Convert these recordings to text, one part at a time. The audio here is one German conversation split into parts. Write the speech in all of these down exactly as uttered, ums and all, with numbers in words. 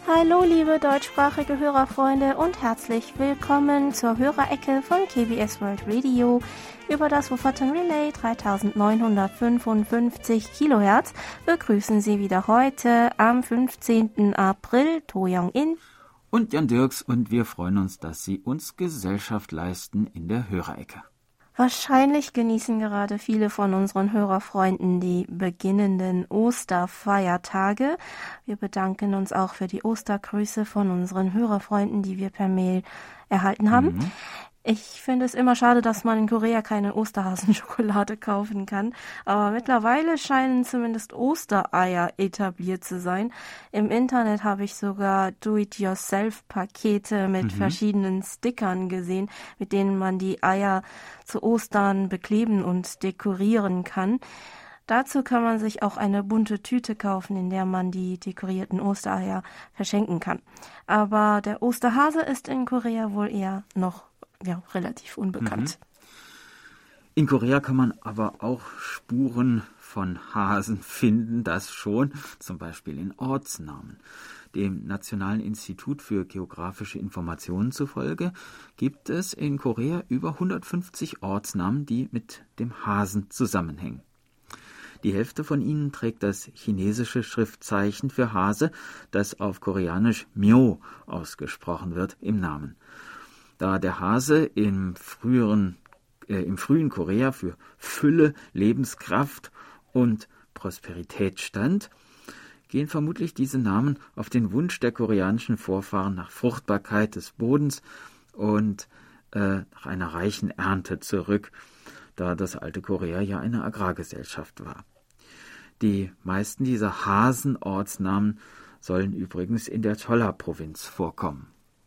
Hallo liebe deutschsprachige Hörerfreunde und herzlich willkommen zur Hörerecke von K B S World Radio über das Wufferton Relay dreitausendneunhundertfünfundfünfzig Kilohertz. Begrüßen Sie wieder heute am fünfzehnten April To Young-in und Jan Dirks, und wir freuen uns, dass Sie uns Gesellschaft leisten in der Hörerecke. Wahrscheinlich genießen gerade viele von unseren Hörerfreunden die beginnenden Osterfeiertage. Wir bedanken uns auch für die Ostergrüße von unseren Hörerfreunden, die wir per Mail erhalten haben. Mhm. Ich finde es immer schade, dass man in Korea keine Osterhasenschokolade kaufen kann. Aber mittlerweile scheinen zumindest Ostereier etabliert zu sein. Im Internet habe ich sogar Do-it-yourself-Pakete mit mhm. verschiedenen Stickern gesehen, mit denen man die Eier zu Ostern bekleben und dekorieren kann. Dazu kann man sich auch eine bunte Tüte kaufen, in der man die dekorierten Ostereier verschenken kann. Aber der Osterhase ist in Korea wohl eher noch ja, relativ unbekannt. In Korea kann man aber auch Spuren von Hasen finden, das schon, zum Beispiel in Ortsnamen. Dem Nationalen Institut für geografische Informationen zufolge gibt es in Korea über hundertfünfzig Ortsnamen, die mit dem Hasen zusammenhängen. Die Hälfte von ihnen trägt das chinesische Schriftzeichen für Hase, das auf Koreanisch Myo ausgesprochen wird, im Namen. Da der Hase im früheren, äh, im frühen Korea für Fülle, Lebenskraft und Prosperität stand, gehen vermutlich diese Namen auf den Wunsch der koreanischen Vorfahren nach Fruchtbarkeit des Bodens und äh, nach einer reichen Ernte zurück, da das alte Korea ja eine Agrargesellschaft war. Die meisten dieser Hasenortsnamen sollen übrigens in der Cholla-Provinz vorkommen.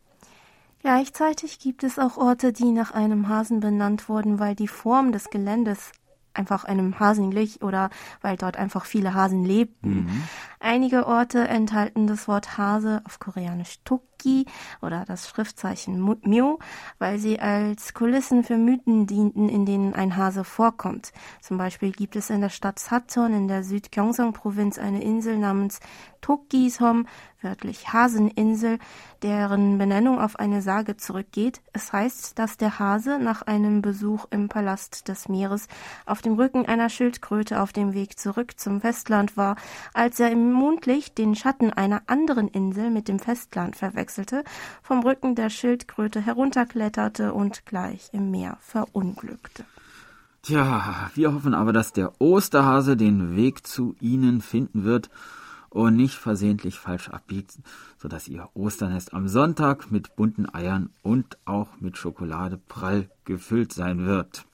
Gleichzeitig gibt es auch Orte, die nach einem Hasen benannt wurden, weil die Form des Geländes einfach einem Hasen glich oder weil dort einfach viele Hasen lebten. Mhm. Einige Orte enthalten das Wort Hase auf Koreanisch Tokki oder das Schriftzeichen Myo, weil sie als Kulissen für Mythen dienten, in denen ein Hase vorkommt. Zum Beispiel gibt es in der Stadt Sacheon in der Südgyeongsang-Provinz eine Insel namens Tokki-som, wörtlich Haseninsel, deren Benennung auf eine Sage zurückgeht. Es heißt, dass der Hase nach einem Besuch im Palast des Meeres auf dem Rücken einer Schildkröte auf dem Weg zurück zum Festland war, als er im Mondlicht den Schatten einer anderen Insel mit dem Festland verwechselte, vom Rücken der Schildkröte herunterkletterte und gleich im Meer verunglückte. Tja, wir hoffen aber, dass der Osterhase den Weg zu Ihnen finden wird und nicht versehentlich falsch abbiegt, sodass Ihr Osternest am Sonntag mit bunten Eiern und auch mit Schokolade prall gefüllt sein wird.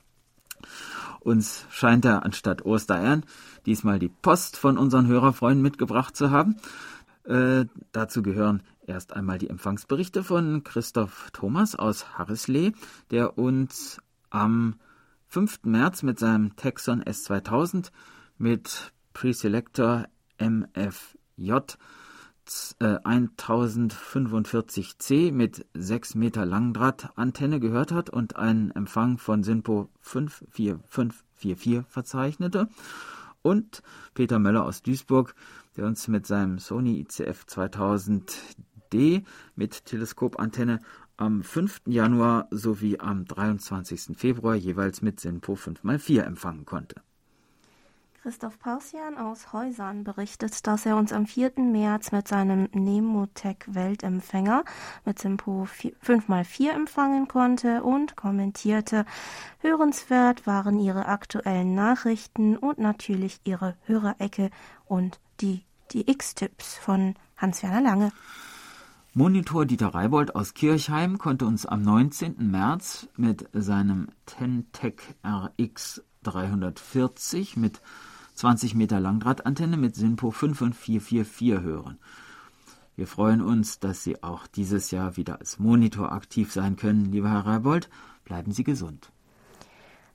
Uns scheint er anstatt Ostereiern diesmal die Post von unseren Hörerfreunden mitgebracht zu haben. Äh, dazu gehören erst einmal die Empfangsberichte von Christoph Thomas aus Harrislee, der uns am fünften März mit seinem Texon S zweitausend mit Preselector M F J äh, tausendfünfundvierzig C mit sechs Meter Langdrahtantenne gehört hat und einen Empfang von SINPO fünf vier fünf vier vier verzeichnete. Und Peter Möller aus Duisburg, der uns mit seinem Sony I C F zweitausend D mit Teleskopantenne am fünften Januar sowie am dreiundzwanzigsten Februar jeweils mit SINPO fünf mal vier empfangen konnte. Christoph Pausian aus Heusern berichtet, dass er uns am vierten März mit seinem Nemotec-Weltempfänger mit SINPO fünf mal vier empfangen konnte und kommentierte, hörenswert waren ihre aktuellen Nachrichten und natürlich ihre Hörerecke und die D X-Tipps von Hans-Werner Lange. Monitor Dieter Reibold aus Kirchheim konnte uns am neunzehnten März mit seinem Ten-Tec R X dreihundertvierzig mit zwanzig Meter Langdrahtantenne mit SINPO fünf fünf vier vier vier hören. Wir freuen uns, dass Sie auch dieses Jahr wieder als Monitor aktiv sein können, lieber Herr Reibold. Bleiben Sie gesund.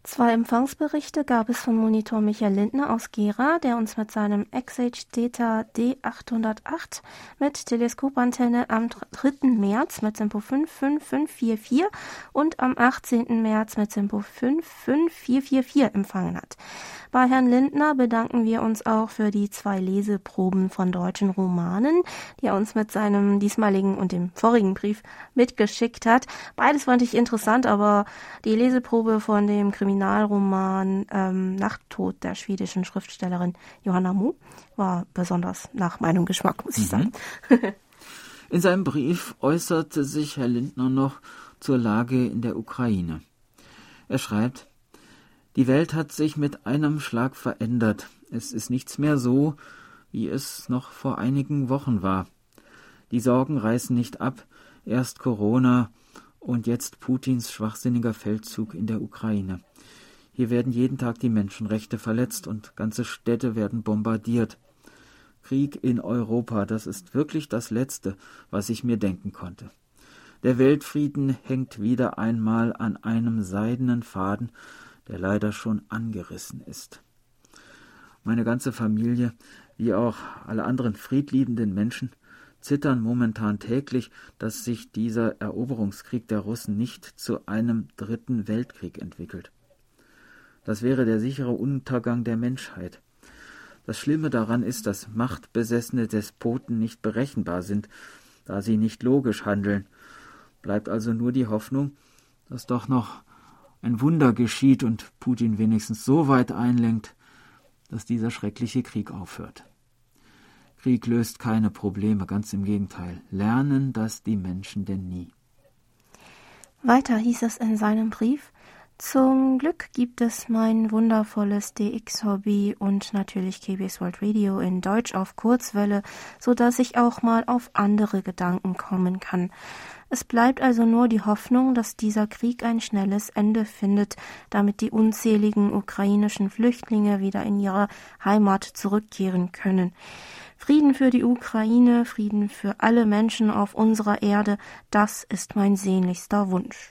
Zwei Empfangsberichte gab es von Monitor Michael Lindner aus Gera, der uns mit seinem X H Theta D achthundertacht mit Teleskopantenne am dritten März mit Tempo fünf fünf fünf vier vier und am achtzehnten März mit Tempo fünf fünf vier vier vier empfangen hat. Bei Herrn Lindner bedanken wir uns auch für die zwei Leseproben von deutschen Romanen, die er uns mit seinem diesmaligen und dem vorigen Brief mitgeschickt hat. Beides fand ich interessant, aber die Leseprobe von dem Kriminalroman ähm, Nachttod der schwedischen Schriftstellerin Johanna Moe war besonders nach meinem Geschmack, muss ich sagen. In seinem Brief äußerte sich Herr Lindner noch zur Lage in der Ukraine. Er schreibt: Die Welt hat sich mit einem Schlag verändert. Es ist nichts mehr so, wie es noch vor einigen Wochen war. Die Sorgen reißen nicht ab. Erst Corona und jetzt Putins schwachsinniger Feldzug in der Ukraine. Hier werden jeden Tag die Menschenrechte verletzt und ganze Städte werden bombardiert. Krieg in Europa, das ist wirklich das Letzte, was ich mir denken konnte. Der Weltfrieden hängt wieder einmal an einem seidenen Faden, der leider schon angerissen ist. Meine ganze Familie, wie auch alle anderen friedliebenden Menschen, zittern momentan täglich, dass sich dieser Eroberungskrieg der Russen nicht zu einem dritten Weltkrieg entwickelt. Das wäre der sichere Untergang der Menschheit. Das Schlimme daran ist, dass machtbesessene Despoten nicht berechenbar sind, da sie nicht logisch handeln. Bleibt also nur die Hoffnung, dass doch noch ein Wunder geschieht und Putin wenigstens so weit einlenkt, dass dieser schreckliche Krieg aufhört. Krieg löst keine Probleme, ganz im Gegenteil. Lernen das die Menschen denn nie. Weiter hieß es in seinem Brief: Zum Glück gibt es mein wundervolles D X-Hobby und natürlich K B S World Radio in Deutsch auf Kurzwelle, so dass ich auch mal auf andere Gedanken kommen kann. Es bleibt also nur die Hoffnung, dass dieser Krieg ein schnelles Ende findet, damit die unzähligen ukrainischen Flüchtlinge wieder in ihre Heimat zurückkehren können. Frieden für die Ukraine, Frieden für alle Menschen auf unserer Erde, das ist mein sehnlichster Wunsch.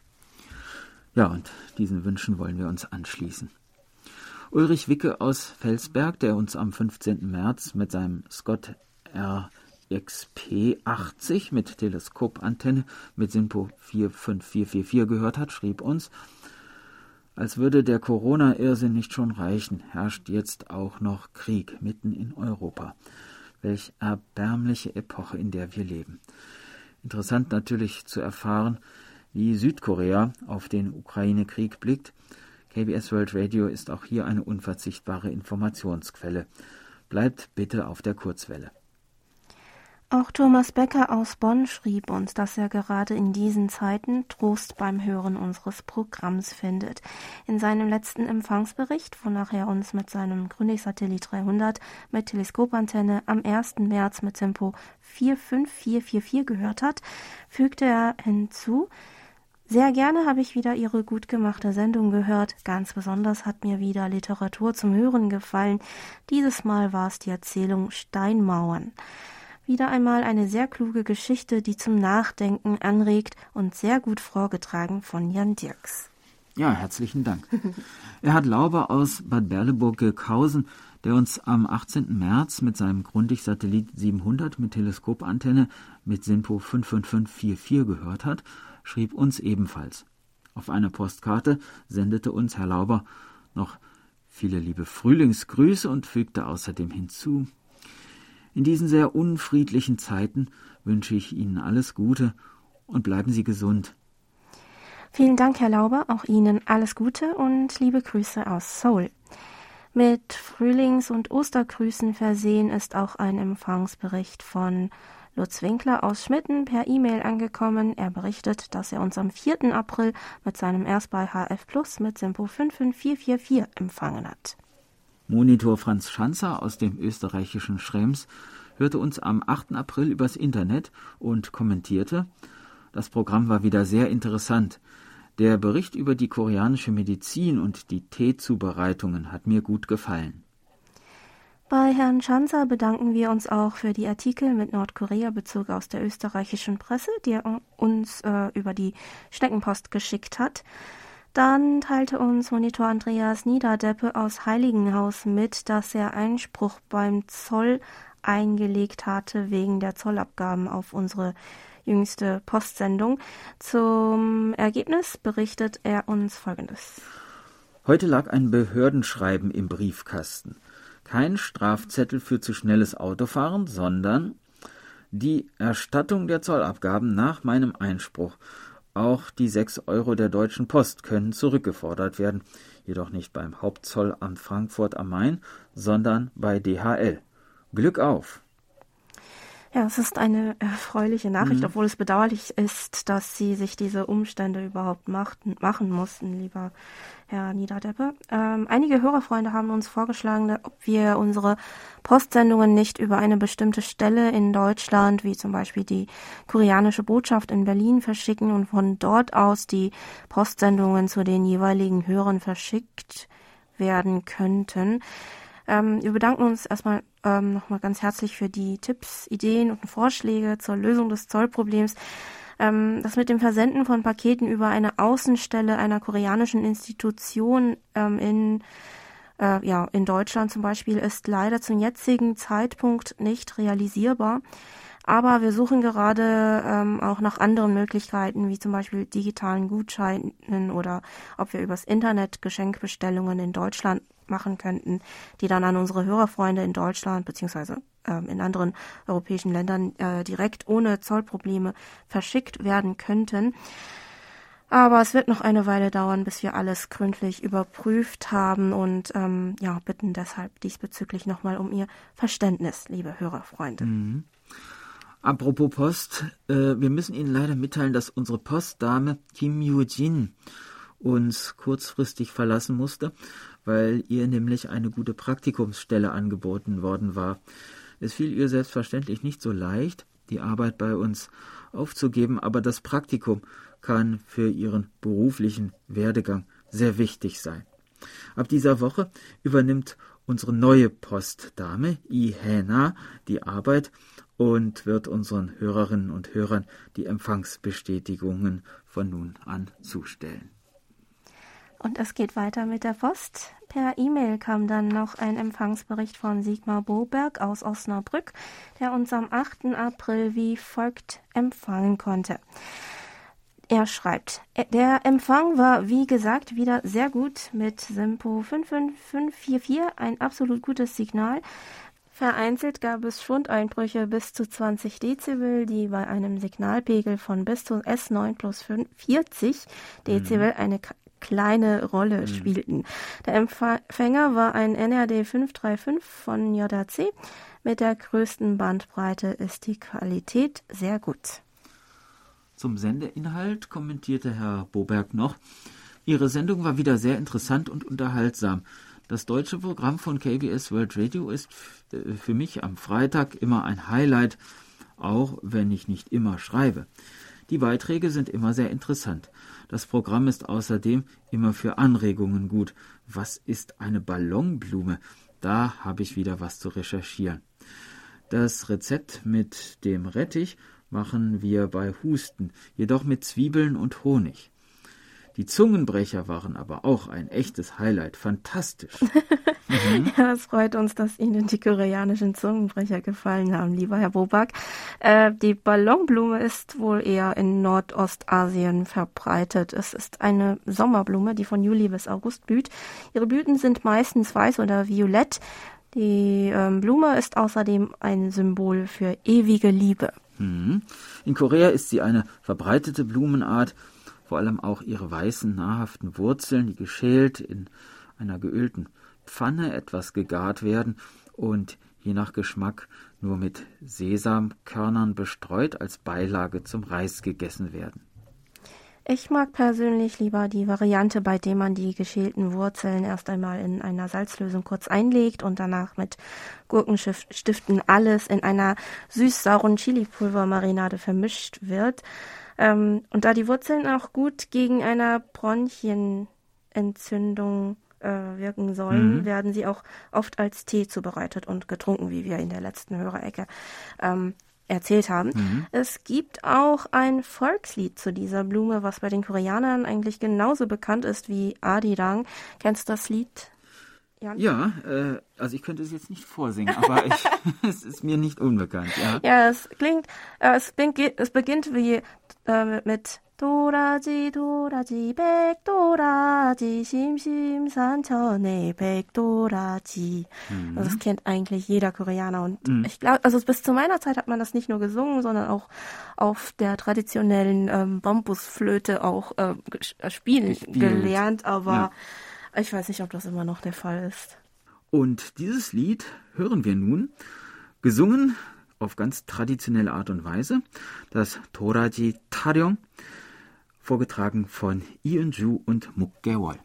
Ja, und diesen Wünschen wollen wir uns anschließen. Ulrich Wicke aus Felsberg, der uns am fünfzehnten März mit seinem Scott R X P achtzig mit Teleskopantenne mit SINPO vier fünf vier vier vier gehört hat, schrieb uns: Als würde der Corona-Irrsinn nicht schon reichen, herrscht jetzt auch noch Krieg mitten in Europa. Welch erbärmliche Epoche, in der wir leben. Interessant natürlich zu erfahren, wie Südkorea auf den Ukraine-Krieg blickt. K B S World Radio ist auch hier eine unverzichtbare Informationsquelle. Bleibt bitte auf der Kurzwelle. Auch Thomas Becker aus Bonn schrieb uns, dass er gerade in diesen Zeiten Trost beim Hören unseres Programms findet. In seinem letzten Empfangsbericht, wonach er uns mit seinem Grundig-Satellit dreihundert mit Teleskopantenne am ersten März mit Tempo vier fünf vier vier vier gehört hat, fügte er hinzu: Sehr gerne habe ich wieder Ihre gut gemachte Sendung gehört. Ganz besonders hat mir wieder Literatur zum Hören gefallen. Dieses Mal war es die Erzählung Steinmauern. Wieder einmal eine sehr kluge Geschichte, die zum Nachdenken anregt und sehr gut vorgetragen von Jan Dirks. Ja, herzlichen Dank. Er hat Lauber aus Bad Berleburg-Girkhausen, der uns am achtzehnten März mit seinem Grundig-Satellit siebenhundert mit Teleskopantenne mit SINPO fünf fünf fünf vier vier gehört hat, schrieb uns ebenfalls. Auf einer Postkarte sendete uns Herr Lauber noch viele liebe Frühlingsgrüße und fügte außerdem hinzu: In diesen sehr unfriedlichen Zeiten wünsche ich Ihnen alles Gute und bleiben Sie gesund. Vielen Dank, Herr Lauber, auch Ihnen alles Gute und liebe Grüße aus Seoul. Mit Frühlings- und Ostergrüßen versehen ist auch ein Empfangsbericht von Lutz Winkler aus Schmitten per E-Mail angekommen. Er berichtet, dass er uns am vierten April mit seinem Erstball H F Plus mit SINPO fünf fünf vier vier vier empfangen hat. Monitor Franz Schanzer aus dem österreichischen Schrems hörte uns am achten April übers Internet und kommentierte: Das Programm war wieder sehr interessant. Der Bericht über die koreanische Medizin und die Teezubereitungen hat mir gut gefallen. Bei Herrn Schanzer bedanken wir uns auch für die Artikel mit Nordkorea-Bezug aus der österreichischen Presse, die er uns äh, über die Schneckenpost geschickt hat. Dann teilte uns Monitor Andreas Niederdeppe aus Heiligenhaus mit, dass er Einspruch beim Zoll eingelegt hatte wegen der Zollabgaben auf unsere jüngste Postsendung. Zum Ergebnis berichtet er uns Folgendes. Heute lag ein Behördenschreiben im Briefkasten. Kein Strafzettel für zu schnelles Autofahren, sondern die Erstattung der Zollabgaben nach meinem Einspruch. Auch die sechs Euro der Deutschen Post können zurückgefordert werden, jedoch nicht beim Hauptzollamt Frankfurt am Main, sondern bei D H L. Glück auf! Ja, es ist eine erfreuliche Nachricht, Mhm. obwohl es bedauerlich ist, dass Sie sich diese Umstände überhaupt machten, machen mussten, lieber Herr Niederdeppe. Ähm, einige Hörerfreunde haben uns vorgeschlagen, ob wir unsere Postsendungen nicht über eine bestimmte Stelle in Deutschland, wie zum Beispiel die koreanische Botschaft in Berlin, verschicken und von dort aus die Postsendungen zu den jeweiligen Hörern verschickt werden könnten. Ähm, wir bedanken uns erstmal ähm, nochmal ganz herzlich für die Tipps, Ideen und Vorschläge zur Lösung des Zollproblems. Ähm, das mit dem Versenden von Paketen über eine Außenstelle einer koreanischen Institution ähm, in, äh, ja, in Deutschland zum Beispiel ist leider zum jetzigen Zeitpunkt nicht realisierbar. Aber wir suchen gerade ähm, auch nach anderen Möglichkeiten, wie zum Beispiel digitalen Gutscheinen oder ob wir übers Internet Geschenkbestellungen in Deutschland machen könnten, die dann an unsere Hörerfreunde in Deutschland beziehungsweise ähm, in anderen europäischen Ländern äh, direkt ohne Zollprobleme verschickt werden könnten. Aber es wird noch eine Weile dauern, bis wir alles gründlich überprüft haben und ähm, ja, bitten deshalb diesbezüglich nochmal um Ihr Verständnis, liebe Hörerfreunde. Mhm. Apropos Post, äh, wir müssen Ihnen leider mitteilen, dass unsere Postdame Kim Yoo-jin uns kurzfristig verlassen musste, weil ihr nämlich eine gute Praktikumsstelle angeboten worden war. Es fiel ihr selbstverständlich nicht so leicht, die Arbeit bei uns aufzugeben, aber das Praktikum kann für ihren beruflichen Werdegang sehr wichtig sein. Ab dieser Woche übernimmt unsere neue Postdame, I Hena, die Arbeit und wird unseren Hörerinnen und Hörern die Empfangsbestätigungen von nun an zustellen. Und es geht weiter mit der Post. Per E-Mail kam dann noch ein Empfangsbericht von Sigmar Boberg aus Osnabrück, der uns am achten April wie folgt empfangen konnte. Er schreibt, der Empfang war wie gesagt wieder sehr gut mit Simpo fünf fünf fünf vier vier, ein absolut gutes Signal. Vereinzelt gab es Schwundeinbrüche bis zu zwanzig Dezibel, die bei einem Signalpegel von bis zu S neun plus vierzig Dezibel mhm. eine kleine Rolle mhm. spielten. Der Empfänger war ein N R D fünf drei fünf von J A C. Mit der größten Bandbreite ist die Qualität sehr gut. Zum Sendeinhalt kommentierte Herr Boberg noch, Ihre Sendung war wieder sehr interessant und unterhaltsam. Das deutsche Programm von K B S World Radio ist f- für mich am Freitag immer ein Highlight, auch wenn ich nicht immer schreibe. Die Beiträge sind immer sehr interessant. Das Programm ist außerdem immer für Anregungen gut. Was ist eine Ballonblume? Da habe ich wieder was zu recherchieren. Das Rezept mit dem Rettich machen wir bei Husten, jedoch mit Zwiebeln und Honig. Die Zungenbrecher waren aber auch ein echtes Highlight. Fantastisch. Mhm. Ja, es freut uns, dass Ihnen die koreanischen Zungenbrecher gefallen haben, lieber Herr Boberg. Äh, die Ballonblume ist wohl eher in Nordostasien verbreitet. Es ist eine Sommerblume, die von Juli bis August blüht. Ihre Blüten sind meistens weiß oder violett. Die ähm, Blume ist außerdem ein Symbol für ewige Liebe. Mhm. In Korea ist sie eine verbreitete Blumenart, vor allem auch ihre weißen, nahrhaften Wurzeln, die geschält in einer geölten Pfanne etwas gegart werden und je nach Geschmack nur mit Sesamkörnern bestreut als Beilage zum Reis gegessen werden. Ich mag persönlich lieber die Variante, bei der man die geschälten Wurzeln erst einmal in einer Salzlösung kurz einlegt und danach mit Gurkenstiften alles in einer süß-sauren Chilipulver-Marinade vermischt wird. Ähm, und da die Wurzeln auch gut gegen eine Bronchienentzündung äh, wirken sollen, mhm. werden sie auch oft als Tee zubereitet und getrunken, wie wir in der letzten Hörerecke ähm, erzählt haben. Mhm. Es gibt auch ein Volkslied zu dieser Blume, was bei den Koreanern eigentlich genauso bekannt ist wie Arirang. Kennst du das Lied? Jan? Ja, äh, also ich könnte es jetzt nicht vorsingen, aber ich, es ist mir nicht unbekannt. Ja, ja es klingt, äh, es, beginnt, es beginnt wie äh, mit 도라지 도라지 백도라지 심심산천의 백도라지. Mhm. Also das kennt eigentlich jeder Koreaner und Mhm. ich glaube, also bis zu meiner Zeit hat man das nicht nur gesungen, sondern auch auf der traditionellen ähm, Bambusflöte auch äh, ges- spielen Gespielt. gelernt, aber Ja. ich weiß nicht, ob das immer noch der Fall ist. Und dieses Lied hören wir nun, gesungen auf ganz traditionelle Art und Weise, das Toraji Taryong, vorgetragen von Ian-ju und Muk Gae-wol.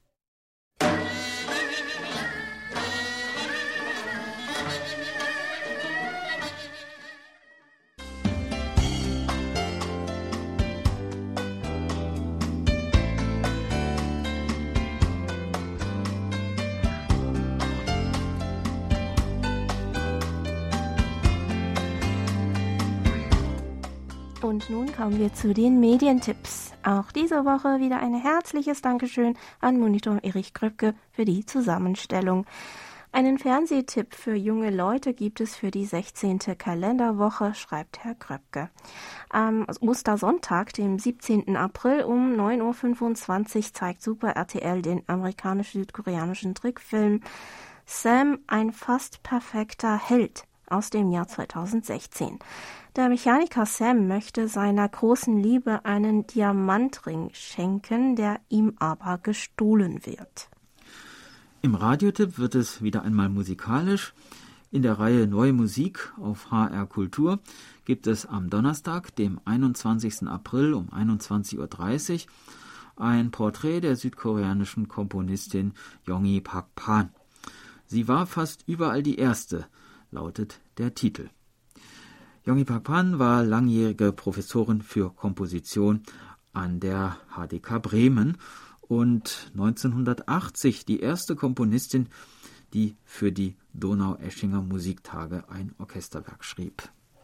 Und nun kommen wir zu den Medientipps. Auch diese Woche wieder ein herzliches Dankeschön an Monitor Erich Kröpke für die Zusammenstellung. Einen Fernsehtipp für junge Leute gibt es für die sechzehnte Kalenderwoche, schreibt Herr Kröpke. Am Ostersonntag, dem siebzehnten April um neun Uhr fünfundzwanzig zeigt Super R T L den amerikanisch-südkoreanischen Trickfilm Sam, ein fast perfekter Held aus dem Jahr zweitausendsechzehn. Der Mechaniker Sam möchte seiner großen Liebe einen Diamantring schenken, der ihm aber gestohlen wird. Im Radiotipp wird es wieder einmal musikalisch. In der Reihe Neue Musik auf H R Kultur gibt es am Donnerstag, dem einundzwanzigsten April um einundzwanzig Uhr dreißig, ein Porträt der südkoreanischen Komponistin Yongi Park Pan. Sie war fast überall die Erste, lautet der Titel. Yongi Park Pan war langjährige Professorin für Komposition an der H D K Bremen und neunzehnhundertachtzig die erste Komponistin, die für die Donaueschinger Musiktage ein Orchesterwerk schrieb.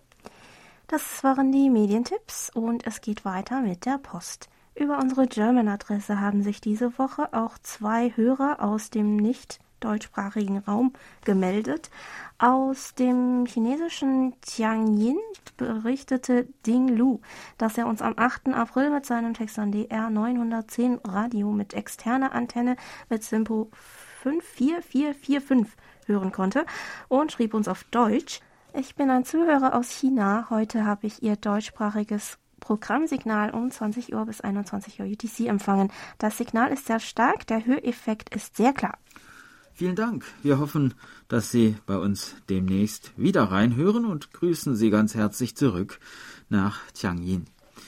Das waren die Medientipps und es geht weiter mit der Post. Über unsere German-Adresse haben sich diese Woche auch zwei Hörer aus dem nicht deutschsprachigen Raum gemeldet. Aus dem chinesischen Tianjin berichtete Ding Lu, dass er uns am achten April mit seinem Texan D R neunhundertzehn Radio mit externer Antenne mit Simpo fünf vier vier vier fünf hören konnte und schrieb uns auf Deutsch: Ich bin ein Zuhörer aus China. Heute habe ich Ihr deutschsprachiges Programmsignal um zwanzig Uhr bis einundzwanzig Uhr U T C empfangen. Das Signal ist sehr stark, der Höreffekt ist sehr klar. Vielen Dank. Wir hoffen, dass Sie bei uns demnächst wieder reinhören und grüßen Sie ganz herzlich zurück nach Tianjin.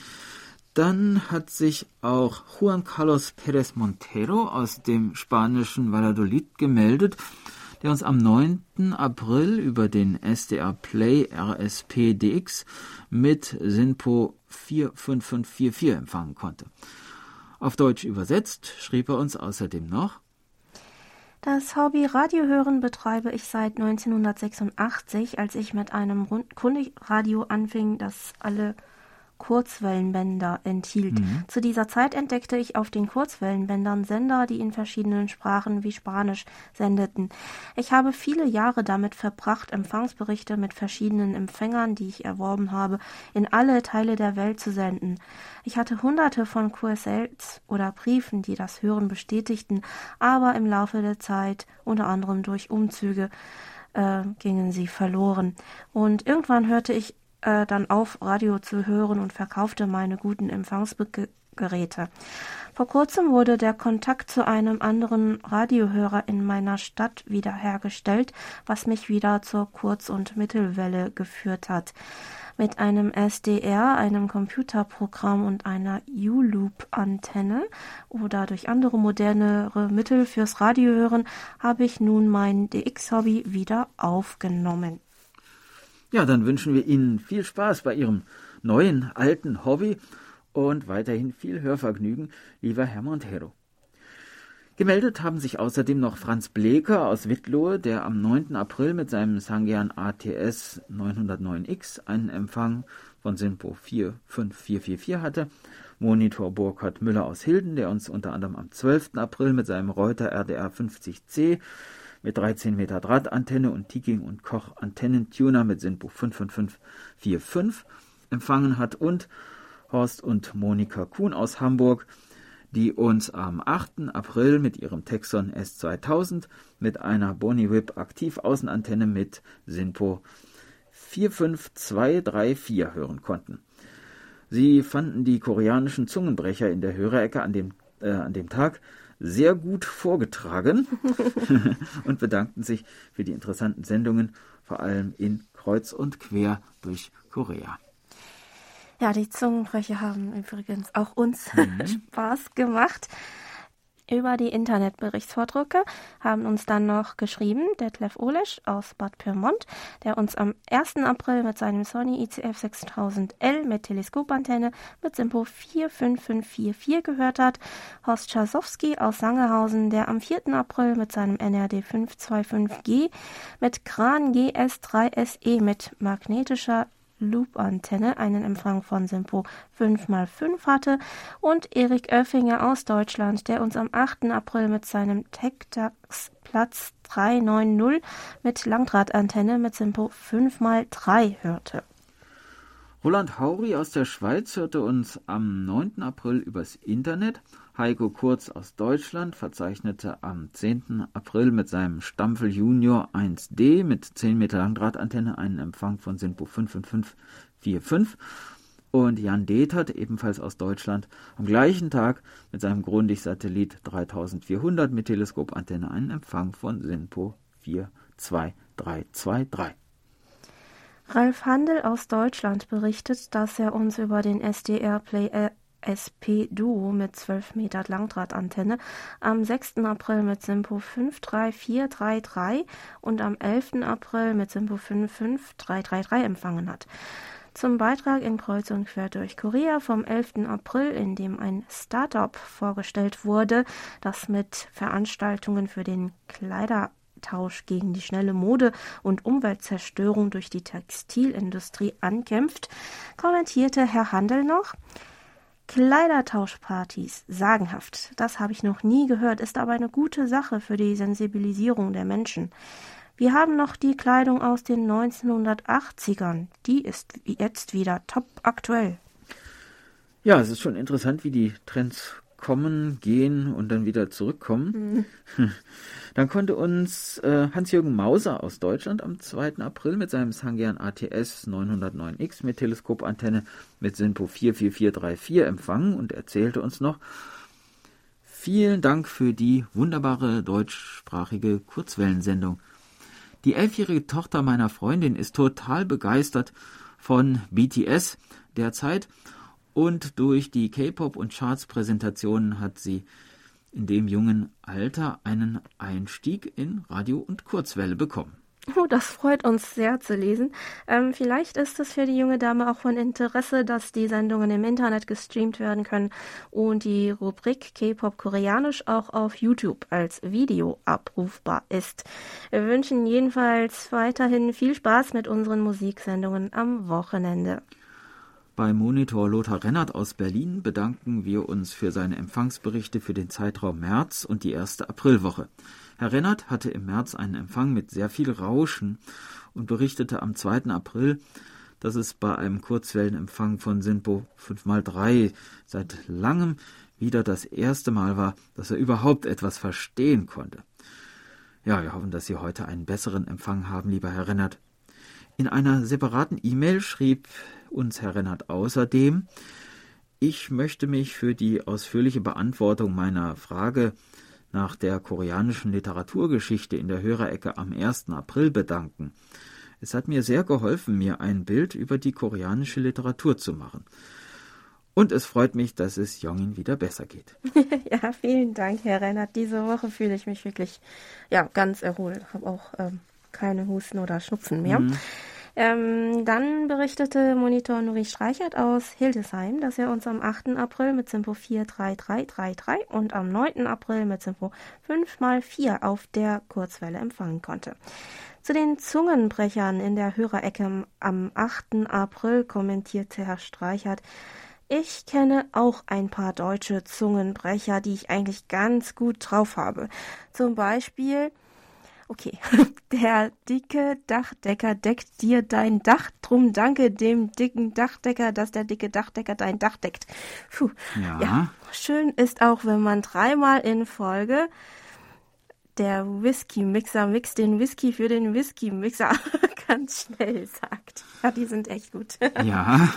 Dann hat sich auch Juan Carlos Pérez Montero aus dem spanischen Valladolid gemeldet, der uns am neunten April über den S D R Play R S P D X mit Sinpo vier fünf fünf vier vier empfangen konnte. Auf Deutsch übersetzt schrieb er uns außerdem noch: Das Hobby Radiohören betreibe ich seit neunzehnhundertsechsundachtzig, als ich mit einem Kundenradio anfing, das alle Kurzwellenbänder enthielt. Mhm. Zu dieser Zeit entdeckte ich auf den Kurzwellenbändern Sender, die in verschiedenen Sprachen wie Spanisch sendeten. Ich habe viele Jahre damit verbracht, Empfangsberichte mit verschiedenen Empfängern, die ich erworben habe, in alle Teile der Welt zu senden. Ich hatte hunderte von Q S Ls oder Briefen, die das Hören bestätigten, aber im Laufe der Zeit, unter anderem durch Umzüge, äh, gingen sie verloren. Und irgendwann hörte ich äh, dann auf, Radio zu hören und verkaufte meine guten Empfangsgeräte. Vor kurzem wurde der Kontakt zu einem anderen Radiohörer in meiner Stadt wiederhergestellt, was mich wieder zur Kurz- und Mittelwelle geführt hat. Mit einem S D R, einem Computerprogramm und einer U-Loop-Antenne oder durch andere modernere Mittel fürs Radiohören habe ich nun mein D X-Hobby wieder aufgenommen. Ja, dann wünschen wir Ihnen viel Spaß bei Ihrem neuen, alten Hobby und weiterhin viel Hörvergnügen, lieber Herr Montero. Gemeldet haben sich außerdem noch Franz Bleker aus Wittlohe, der am neunten April mit seinem Sangean A T S neunhundertneun X einen Empfang von SINPO vier fünf vier vier vier hatte. Monitor Burkhard Müller aus Hilden, der uns unter anderem am zwölften April mit seinem Reuter R D R fünfzig C mit dreizehn Meter Drahtantenne und Tiking und Koch Antennentuner mit SINPO fünf fünf fünf vier fünf empfangen hat. Und Horst und Monika Kuhn aus Hamburg, die uns am achten April mit ihrem Texon S zweitausend mit einer Boniwip Aktivaußenantenne mit SINPO vier fünf zwei drei vier hören konnten. Sie fanden die koreanischen Zungenbrecher in der Hörerecke an dem, äh, an dem Tag sehr gut vorgetragen und bedankten sich für die interessanten Sendungen, vor allem in Kreuz und Quer durch Korea. Ja, die Zungenbrecher haben übrigens auch uns mhm. Spaß gemacht. Über die Internetberichtsvordrucke haben uns dann noch geschrieben Detlef Olesch aus Bad Pyrmont, der uns am ersten April mit seinem Sony I C F sechstausend L mit Teleskopantenne mit SINPO vier fünf fünf vier vier gehört hat. Horst Czasowski aus Sangerhausen, der am vierten April mit seinem N R D fünf zwei fünf G mit Kran G S drei S E mit magnetischer Loop-Antenne einen Empfang von SINPO fünf mal fünf hatte, und Erik Oeffinger aus Deutschland, der uns am achten April mit seinem Tectax Platz drei neun null mit Langdrahtantenne mit SINPO fünf mal drei hörte. Roland Hauri aus der Schweiz hörte uns am neunten April übers Internet. Heiko Kurz aus Deutschland verzeichnete am zehnten April mit seinem Stampfel Junior eins D mit zehn Meter Langdrahtantenne einen Empfang von SINPO fünf fünf fünf vier fünf. Und Jan Detert, ebenfalls aus Deutschland, am gleichen Tag mit seinem Grundig-Satellit dreitausendvierhundert mit Teleskopantenne einen Empfang von SINPO vier zwei drei zwei drei. Ralf Handel aus Deutschland berichtet, dass er uns über den S D R Play S P Duo mit zwölf Meter Langdrahtantenne am sechsten April mit SINPO fünf drei vier drei drei und am elften April mit SINPO fünf fünf drei drei drei empfangen hat. Zum Beitrag in Kreuz und Quer durch Korea vom elften April, in dem ein Startup vorgestellt wurde, das mit Veranstaltungen für den Kleider Tausch gegen die schnelle Mode und Umweltzerstörung durch die Textilindustrie ankämpft, kommentierte Herr Handel noch: Kleidertauschpartys, sagenhaft. Das habe ich noch nie gehört, ist aber eine gute Sache für die Sensibilisierung der Menschen. Wir haben noch die Kleidung aus den neunzehnhundertachtzigern. Die ist jetzt wieder top aktuell. Ja, es ist schon interessant, wie die Trends kommen, gehen und dann wieder zurückkommen. Mhm. Dann konnte uns äh, Hans-Jürgen Mauser aus Deutschland am zweiten April mit seinem Sangean A T S neunhundertneun X mit Teleskopantenne mit SINPO vier vier vier drei vier empfangen und erzählte uns noch: Vielen Dank für die wunderbare deutschsprachige Kurzwellensendung. Die elfjährige Tochter meiner Freundin ist total begeistert von B T S derzeit. Und durch die K-Pop- und Charts-Präsentationen hat sie in dem jungen Alter einen Einstieg in Radio- und Kurzwelle bekommen. Oh, das freut uns sehr zu lesen. Ähm, vielleicht ist es für die junge Dame auch von Interesse, dass die Sendungen im Internet gestreamt werden können und die Rubrik K-Pop Koreanisch auch auf YouTube als Video abrufbar ist. Wir wünschen jedenfalls weiterhin viel Spaß mit unseren Musiksendungen am Wochenende. Bei Monitor Lothar Rennert aus Berlin bedanken wir uns für seine Empfangsberichte für den Zeitraum März und die erste Aprilwoche. Herr Rennert hatte im März einen Empfang mit sehr viel Rauschen und berichtete am zweiten April, dass es bei einem Kurzwellenempfang von SINPO fünf mal drei seit langem wieder das erste Mal war, dass er überhaupt etwas verstehen konnte. Ja, wir hoffen, dass Sie heute einen besseren Empfang haben, lieber Herr Rennert. In einer separaten E-Mail schrieb uns Herr Rennert außerdem: Ich möchte mich für die ausführliche Beantwortung meiner Frage nach der koreanischen Literaturgeschichte in der Hörerecke am ersten April bedanken. Es hat mir sehr geholfen, mir ein Bild über die koreanische Literatur zu machen. Und es freut mich, dass es Jongin wieder besser geht. Ja, vielen Dank, Herr Rennert. Diese Woche fühle ich mich wirklich ja, ganz erholt. Habe auch ähm, keine Husten oder Schnupfen mehr. Mhm. Ähm, dann berichtete Monitor Nuri Streichert aus Hildesheim, dass er uns am achten April mit Simpo vier drei drei drei drei und am neunten April mit Simpo fünf mal vier auf der Kurzwelle empfangen konnte. Zu den Zungenbrechern in der Hörerecke am achten April kommentierte Herr Streichert: Ich kenne auch ein paar deutsche Zungenbrecher, die ich eigentlich ganz gut drauf habe. Zum Beispiel... Okay, der dicke Dachdecker deckt dir dein Dach, drum danke dem dicken Dachdecker, dass der dicke Dachdecker dein Dach deckt. Puh, Ja. ja. Schön ist auch, wenn man dreimal in Folge der Whisky-Mixer mixt den Whisky für den Whisky-Mixer ganz schnell sagt. Ja, die sind echt gut. Ja.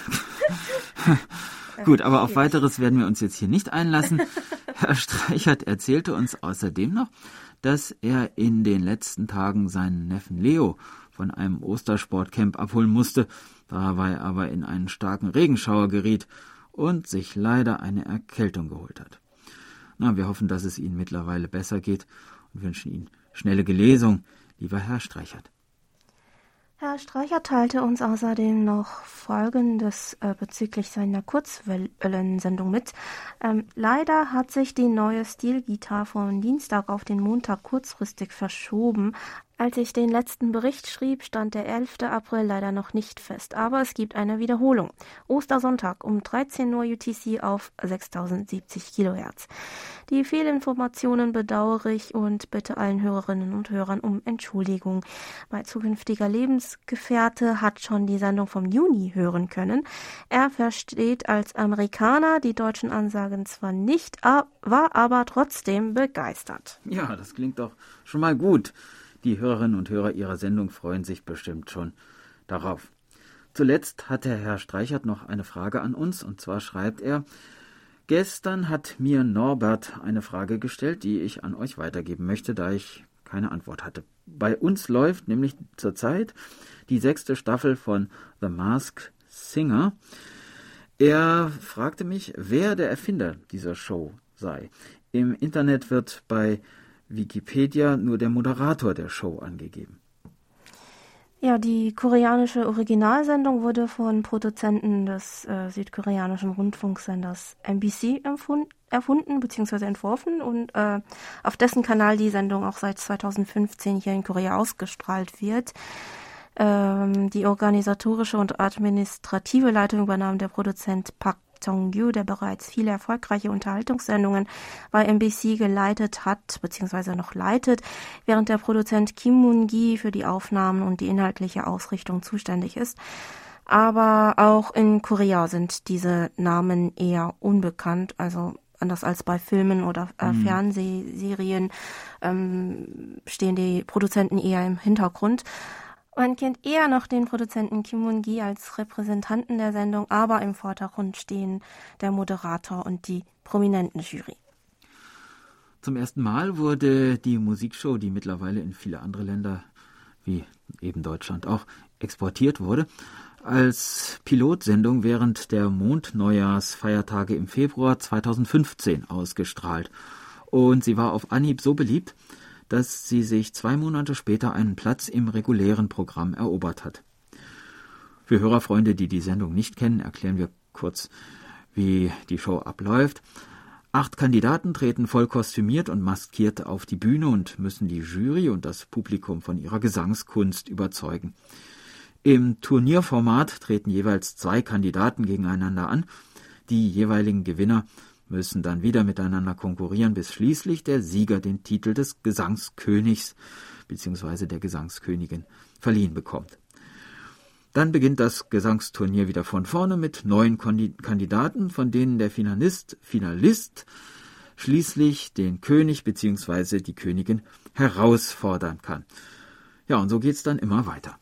Gut, aber auf weiteres werden wir uns jetzt hier nicht einlassen. Herr Streichert erzählte uns außerdem noch, dass er in den letzten Tagen seinen Neffen Leo von einem Ostersportcamp abholen musste, dabei aber in einen starken Regenschauer geriet und sich leider eine Erkältung geholt hat. Na, wir hoffen, dass es Ihnen mittlerweile besser geht und wünschen Ihnen schnelle Genesung, lieber Herr Streichert. Herr Streichert teilte uns außerdem noch Folgendes äh, bezüglich seiner Kurzwellensendung mit. Ähm, leider hat sich die neue Stilgitarre von Dienstag auf den Montag kurzfristig verschoben. Als ich den letzten Bericht schrieb, stand der elfte April leider noch nicht fest, aber es gibt eine Wiederholung. Ostersonntag um dreizehn Uhr U T C auf sechstausendsiebzig Kilohertz. Die Fehlinformationen bedauere ich und bitte allen Hörerinnen und Hörern um Entschuldigung. Mein zukünftiger Lebensgefährte hat schon die Sendung vom Juni hören können. Er versteht als Amerikaner die deutschen Ansagen zwar nicht, war aber trotzdem begeistert. Ja, das klingt doch schon mal gut. Die Hörerinnen und Hörer Ihrer Sendung freuen sich bestimmt schon darauf. Zuletzt hat der Herr Streichert noch eine Frage an uns, und zwar schreibt er: Gestern hat mir Norbert eine Frage gestellt, die ich an euch weitergeben möchte, da ich keine Antwort hatte. Bei uns läuft nämlich zurzeit die sechste Staffel von The Masked Singer. Er fragte mich, wer der Erfinder dieser Show sei. Im Internet wird bei Wikipedia nur der Moderator der Show angegeben. Ja, die koreanische Originalsendung wurde von Produzenten des äh, südkoreanischen Rundfunksenders M B C empfund, erfunden bzw. entworfen und äh, auf dessen Kanal die Sendung auch seit zweitausendfünfzehn hier in Korea ausgestrahlt wird. Ähm, die organisatorische und administrative Leitung übernahm der Produzent Park Jong-gyu, der bereits viele erfolgreiche Unterhaltungssendungen bei M B C geleitet hat, beziehungsweise noch leitet, während der Produzent Kim Moon-gi für die Aufnahmen und die inhaltliche Ausrichtung zuständig ist. Aber auch in Korea sind diese Namen eher unbekannt, also anders als bei Filmen oder äh, mhm. Fernsehserien ähm, stehen die Produzenten eher im Hintergrund. Man kennt eher noch den Produzenten Kim Moon-gi als Repräsentanten der Sendung, aber im Vordergrund stehen der Moderator und die prominenten Jury. Zum ersten Mal wurde die Musikshow, die mittlerweile in viele andere Länder, wie eben Deutschland auch, exportiert wurde, als Pilotsendung während der Mondneujahrsfeiertage im Februar zweitausendfünfzehn ausgestrahlt. Und sie war auf Anhieb so beliebt, dass sie sich zwei Monate später einen Platz im regulären Programm erobert hat. Für Hörerfreunde, die die Sendung nicht kennen, erklären wir kurz, wie die Show abläuft. Acht Kandidaten treten voll kostümiert und maskiert auf die Bühne und müssen die Jury und das Publikum von ihrer Gesangskunst überzeugen. Im Turnierformat treten jeweils zwei Kandidaten gegeneinander an. Die jeweiligen Gewinner müssen dann wieder miteinander konkurrieren, bis schließlich der Sieger den Titel des Gesangskönigs bzw. der Gesangskönigin verliehen bekommt. Dann beginnt das Gesangsturnier wieder von vorne mit neun Kandidaten, von denen der Finalist, Finalist schließlich den König bzw. die Königin herausfordern kann. Ja, und so geht's dann immer weiter.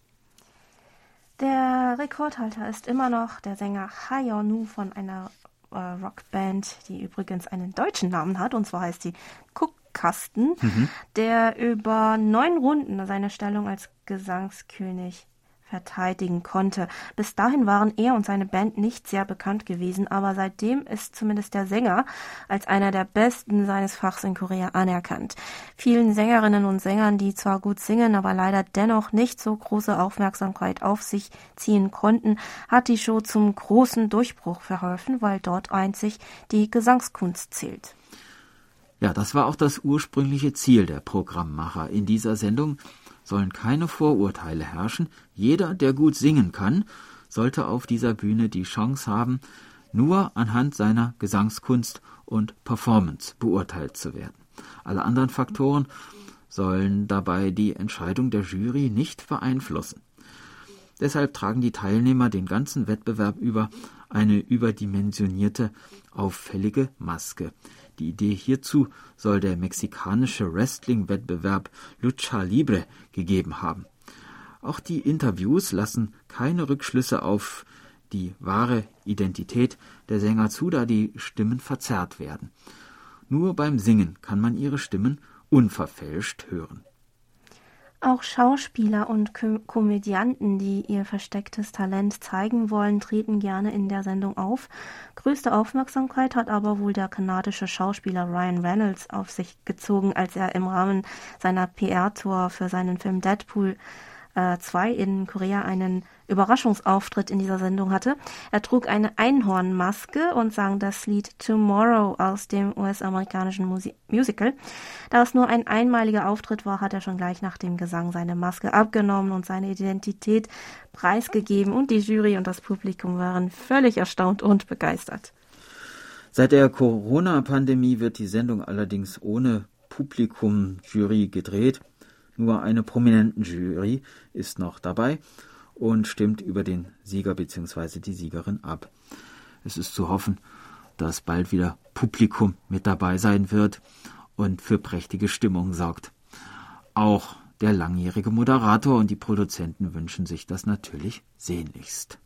Der Rekordhalter ist immer noch der Sänger Ha Yeon-woo von einer Rockband, die übrigens einen deutschen Namen hat, und zwar heißt sie Guckkasten, mhm. der über neun Runden seine Stellung als Gesangskönig verteidigen konnte. Bis dahin waren er und seine Band nicht sehr bekannt gewesen, aber seitdem ist zumindest der Sänger als einer der Besten seines Fachs in Korea anerkannt. Vielen Sängerinnen und Sängern, die zwar gut singen, aber leider dennoch nicht so große Aufmerksamkeit auf sich ziehen konnten, hat die Show zum großen Durchbruch verholfen, weil dort einzig die Gesangskunst zählt. Ja, das war auch das ursprüngliche Ziel der Programmmacher. In dieser Sendung sollen keine Vorurteile herrschen. Jeder, der gut singen kann, sollte auf dieser Bühne die Chance haben, nur anhand seiner Gesangskunst und Performance beurteilt zu werden. Alle anderen Faktoren sollen dabei die Entscheidung der Jury nicht beeinflussen. Deshalb tragen die Teilnehmer den ganzen Wettbewerb über eine überdimensionierte, auffällige Maske. Die Idee hierzu soll der mexikanische Wrestling-Wettbewerb Lucha Libre gegeben haben. Auch die Interviews lassen keine Rückschlüsse auf die wahre Identität der Sänger zu, da die Stimmen verzerrt werden. Nur beim Singen kann man ihre Stimmen unverfälscht hören. Auch Schauspieler und Kom- Komödianten, die ihr verstecktes Talent zeigen wollen, treten gerne in der Sendung auf. Größte Aufmerksamkeit hat aber wohl der kanadische Schauspieler Ryan Reynolds auf sich gezogen, als er im Rahmen seiner P R-Tour für seinen Film Deadpool zwei in Korea einen Überraschungsauftritt in dieser Sendung hatte. Er trug eine Einhornmaske und sang das Lied Tomorrow aus dem U S-amerikanischen Musi- Musical. Da es nur ein einmaliger Auftritt war, hat er schon gleich nach dem Gesang seine Maske abgenommen und seine Identität preisgegeben, und die Jury und das Publikum waren völlig erstaunt und begeistert. Seit der Corona-Pandemie wird die Sendung allerdings ohne Publikum-Jury gedreht. Nur eine prominente Jury ist noch dabei und stimmt über den Sieger bzw. die Siegerin ab. Es ist zu hoffen, dass bald wieder Publikum mit dabei sein wird und für prächtige Stimmung sorgt. Auch der langjährige Moderator und die Produzenten wünschen sich das natürlich sehnlichst.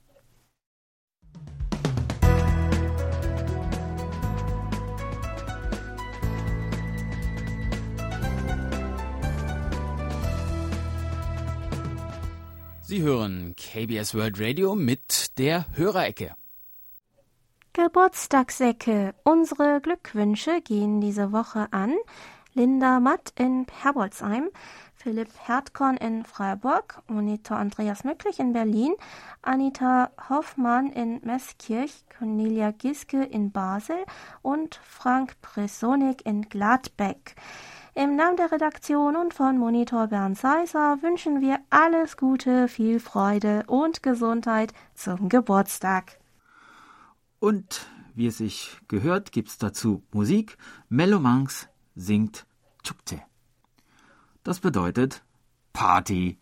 Sie hören K B S World Radio mit der Hörerecke. Geburtstagsecke. Unsere Glückwünsche gehen diese Woche an Linda Matt in Herbolzheim, Philipp Hertkorn in Freiburg, Monitor Andreas Möcklich in Berlin, Anita Hoffmann in Meßkirch, Cornelia Giske in Basel und Frank Presonik in Gladbeck. Im Namen der Redaktion und von Monitor Bernd Seiser wünschen wir alles Gute, viel Freude und Gesundheit zum Geburtstag. Und wie es sich gehört, gibt's dazu Musik. Melomanx singt Chukche. Das bedeutet Party.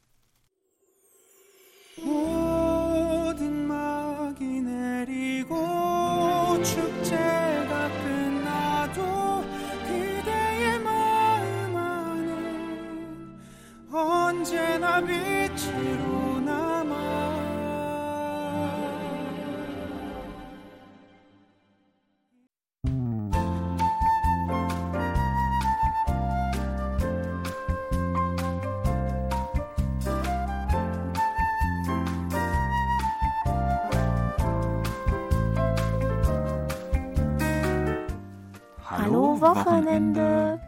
모든 막이 내리고 축제가 끝나도 그대의 마음 안에 언제나 빛으로 남아 Hallo Wochenende.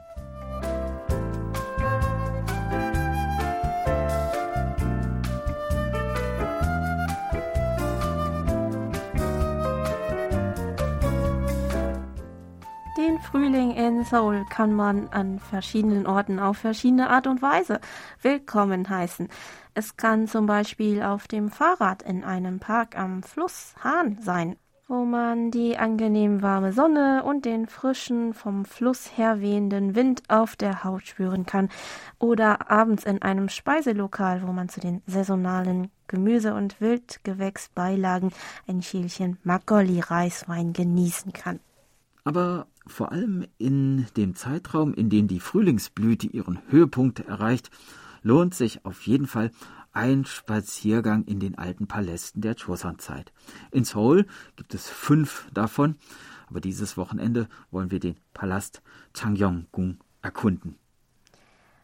Den Frühling in Seoul kann man an verschiedenen Orten auf verschiedene Art und Weise willkommen heißen. Es kann zum Beispiel auf dem Fahrrad in einem Park am Fluss Han sein, wo man die angenehm warme Sonne und den frischen, vom Fluss her wehenden Wind auf der Haut spüren kann. Oder abends in einem Speiselokal, wo man zu den saisonalen Gemüse- und Wildgewächsbeilagen ein Schälchen Makgeolli-Reiswein genießen kann. Aber vor allem in dem Zeitraum, in dem die Frühlingsblüte ihren Höhepunkt erreicht, lohnt sich auf jeden Fall ein Spaziergang in den alten Palästen der Joseon-Zeit. In Seoul gibt es fünf davon, aber dieses Wochenende wollen wir den Palast Changgyeong-gung erkunden.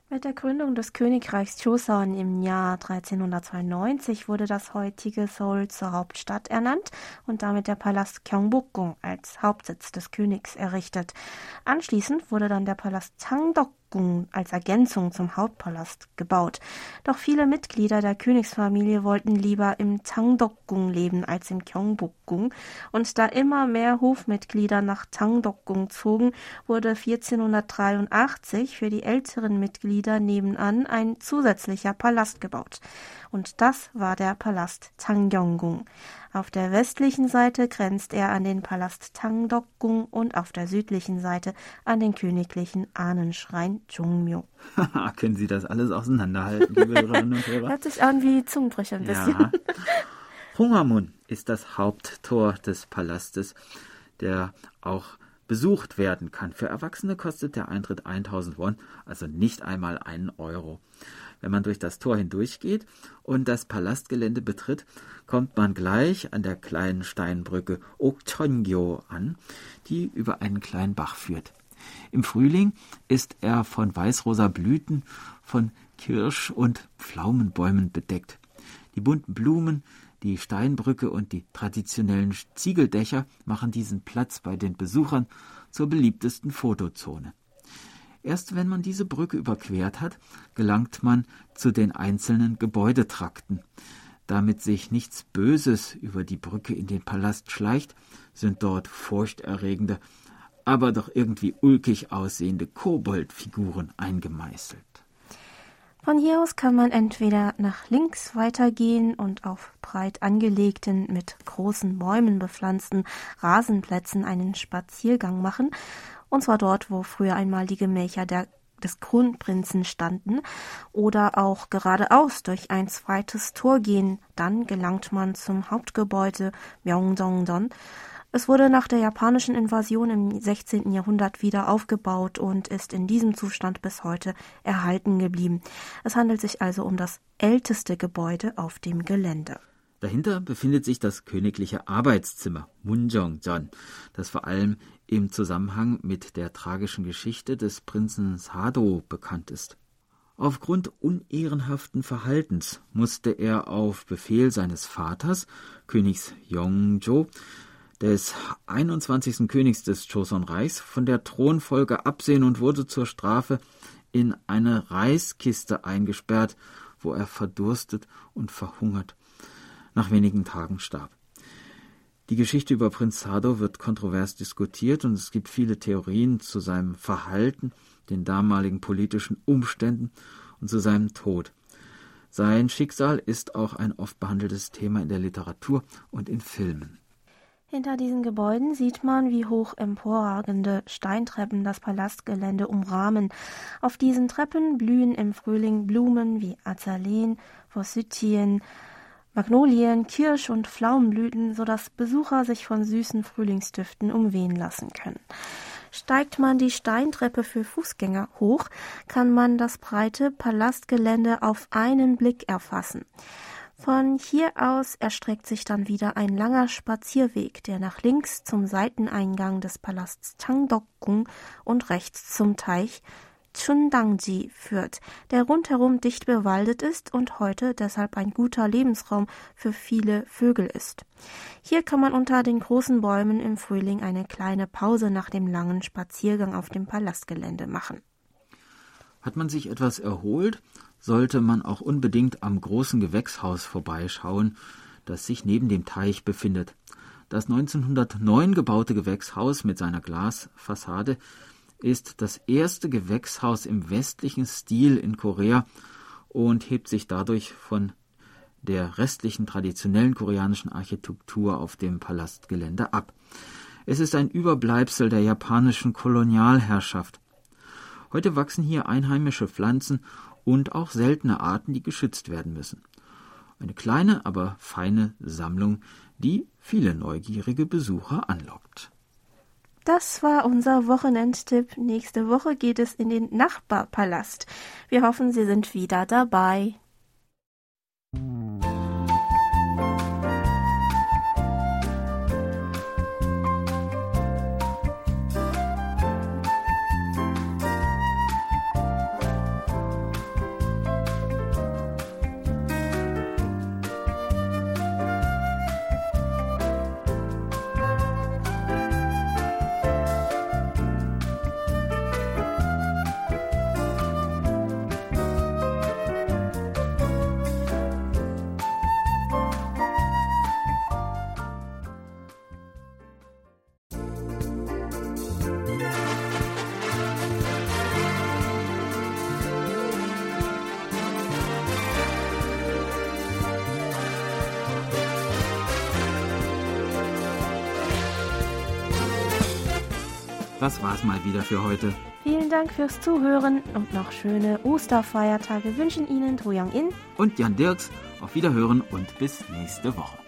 Mit der Gründung des Königreichs Joseon im Jahr dreizehnhundertzweiundneunzig wurde das heutige Seoul zur Hauptstadt ernannt und damit der Palast Gyeongbokgung als Hauptsitz des Königs errichtet. Anschließend wurde dann der Palast Changdeokgung als Ergänzung zum Hauptpalast gebaut. Doch viele Mitglieder der Königsfamilie wollten lieber im Changdeokgung leben als im Gyeongbokgung, und da immer mehr Hofmitglieder nach Changdeokgung zogen, wurde vierzehnhundertdreiundachtzig für die älteren Mitglieder nebenan ein zusätzlicher Palast gebaut. Und das war der Palast Changgyeonggung. Auf der westlichen Seite grenzt er an den Palast Changdeokgung und auf der südlichen Seite an den königlichen Ahnenschrein Jongmyo. Können Sie das alles auseinanderhalten, liebe Hörerinnen und Hörer? Hört sich an wie Zungenbrecher ein bisschen. Ja. Hongwamun ist das Haupttor des Palastes, der auch besucht werden kann. Für Erwachsene kostet der Eintritt tausend Won, also nicht einmal einen Euro. Wenn man durch das Tor hindurchgeht und das Palastgelände betritt, kommt man gleich an der kleinen Steinbrücke Okcheongyo an, die über einen kleinen Bach führt. Im Frühling ist er von weißrosa Blüten von Kirsch- und Pflaumenbäumen bedeckt. Die bunten Blumen, die Steinbrücke und die traditionellen Ziegeldächer machen diesen Platz bei den Besuchern zur beliebtesten Fotozone. Erst wenn man diese Brücke überquert hat, gelangt man zu den einzelnen Gebäudetrakten. Damit sich nichts Böses über die Brücke in den Palast schleicht, sind dort furchterregende, aber doch irgendwie ulkig aussehende Koboldfiguren eingemeißelt. Von hier aus kann man entweder nach links weitergehen und auf breit angelegten, mit großen Bäumen bepflanzten Rasenplätzen einen Spaziergang machen, und zwar dort, wo früher einmal die Gemächer der, des Kronprinzen standen, oder auch geradeaus durch ein zweites Tor gehen. Dann gelangt man zum Hauptgebäude Myeongdongjeon. Es wurde nach der japanischen Invasion im sechzehnten Jahrhundert wieder aufgebaut und ist in diesem Zustand bis heute erhalten geblieben. Es handelt sich also um das älteste Gebäude auf dem Gelände. Dahinter befindet sich das königliche Arbeitszimmer Munjeongjeon, das vor allem im Zusammenhang mit der tragischen Geschichte des Prinzen Sado bekannt ist. Aufgrund unehrenhaften Verhaltens musste er auf Befehl seines Vaters, Königs Yongjo, des einundzwanzigsten Königs des Joseon-Reichs, von der Thronfolge absehen und wurde zur Strafe in eine Reiskiste eingesperrt, wo er verdurstet und verhungert nach wenigen Tagen starb. Die Geschichte über Prinz Sado wird kontrovers diskutiert und es gibt viele Theorien zu seinem Verhalten, den damaligen politischen Umständen und zu seinem Tod. Sein Schicksal ist auch ein oft behandeltes Thema in der Literatur und in Filmen. Hinter diesen Gebäuden sieht man, wie hoch emporragende Steintreppen das Palastgelände umrahmen. Auf diesen Treppen blühen im Frühling Blumen wie Azaleen, Forsythien, Magnolien, Kirsch- und Pflaumenblüten, sodass Besucher sich von süßen Frühlingsdüften umwehen lassen können. Steigt man die Steintreppe für Fußgänger hoch, kann man das breite Palastgelände auf einen Blick erfassen. Von hier aus erstreckt sich dann wieder ein langer Spazierweg, der nach links zum Seiteneingang des Palasts Changdeokgung und rechts zum Teich Chundangji führt, der rundherum dicht bewaldet ist und heute deshalb ein guter Lebensraum für viele Vögel ist. Hier kann man unter den großen Bäumen im Frühling eine kleine Pause nach dem langen Spaziergang auf dem Palastgelände machen. Hat man sich etwas erholt, sollte man auch unbedingt am großen Gewächshaus vorbeischauen, das sich neben dem Teich befindet. Das neunzehnhundertneun gebaute Gewächshaus mit seiner Glasfassade ist das erste Gewächshaus im westlichen Stil in Korea und hebt sich dadurch von der restlichen traditionellen koreanischen Architektur auf dem Palastgelände ab. Es ist ein Überbleibsel der japanischen Kolonialherrschaft. Heute wachsen hier einheimische Pflanzen und auch seltene Arten, die geschützt werden müssen. Eine kleine, aber feine Sammlung, die viele neugierige Besucher anlockt. Das war unser Wochenendtipp. Nächste Woche geht es in den Nachbarpalast. Wir hoffen, Sie sind wieder dabei. das war's mal wieder für heute. Vielen Dank fürs Zuhören und noch schöne Osterfeiertage wünschen Ihnen To Young In und Jan Dirks. Auf Wiederhören und bis nächste Woche.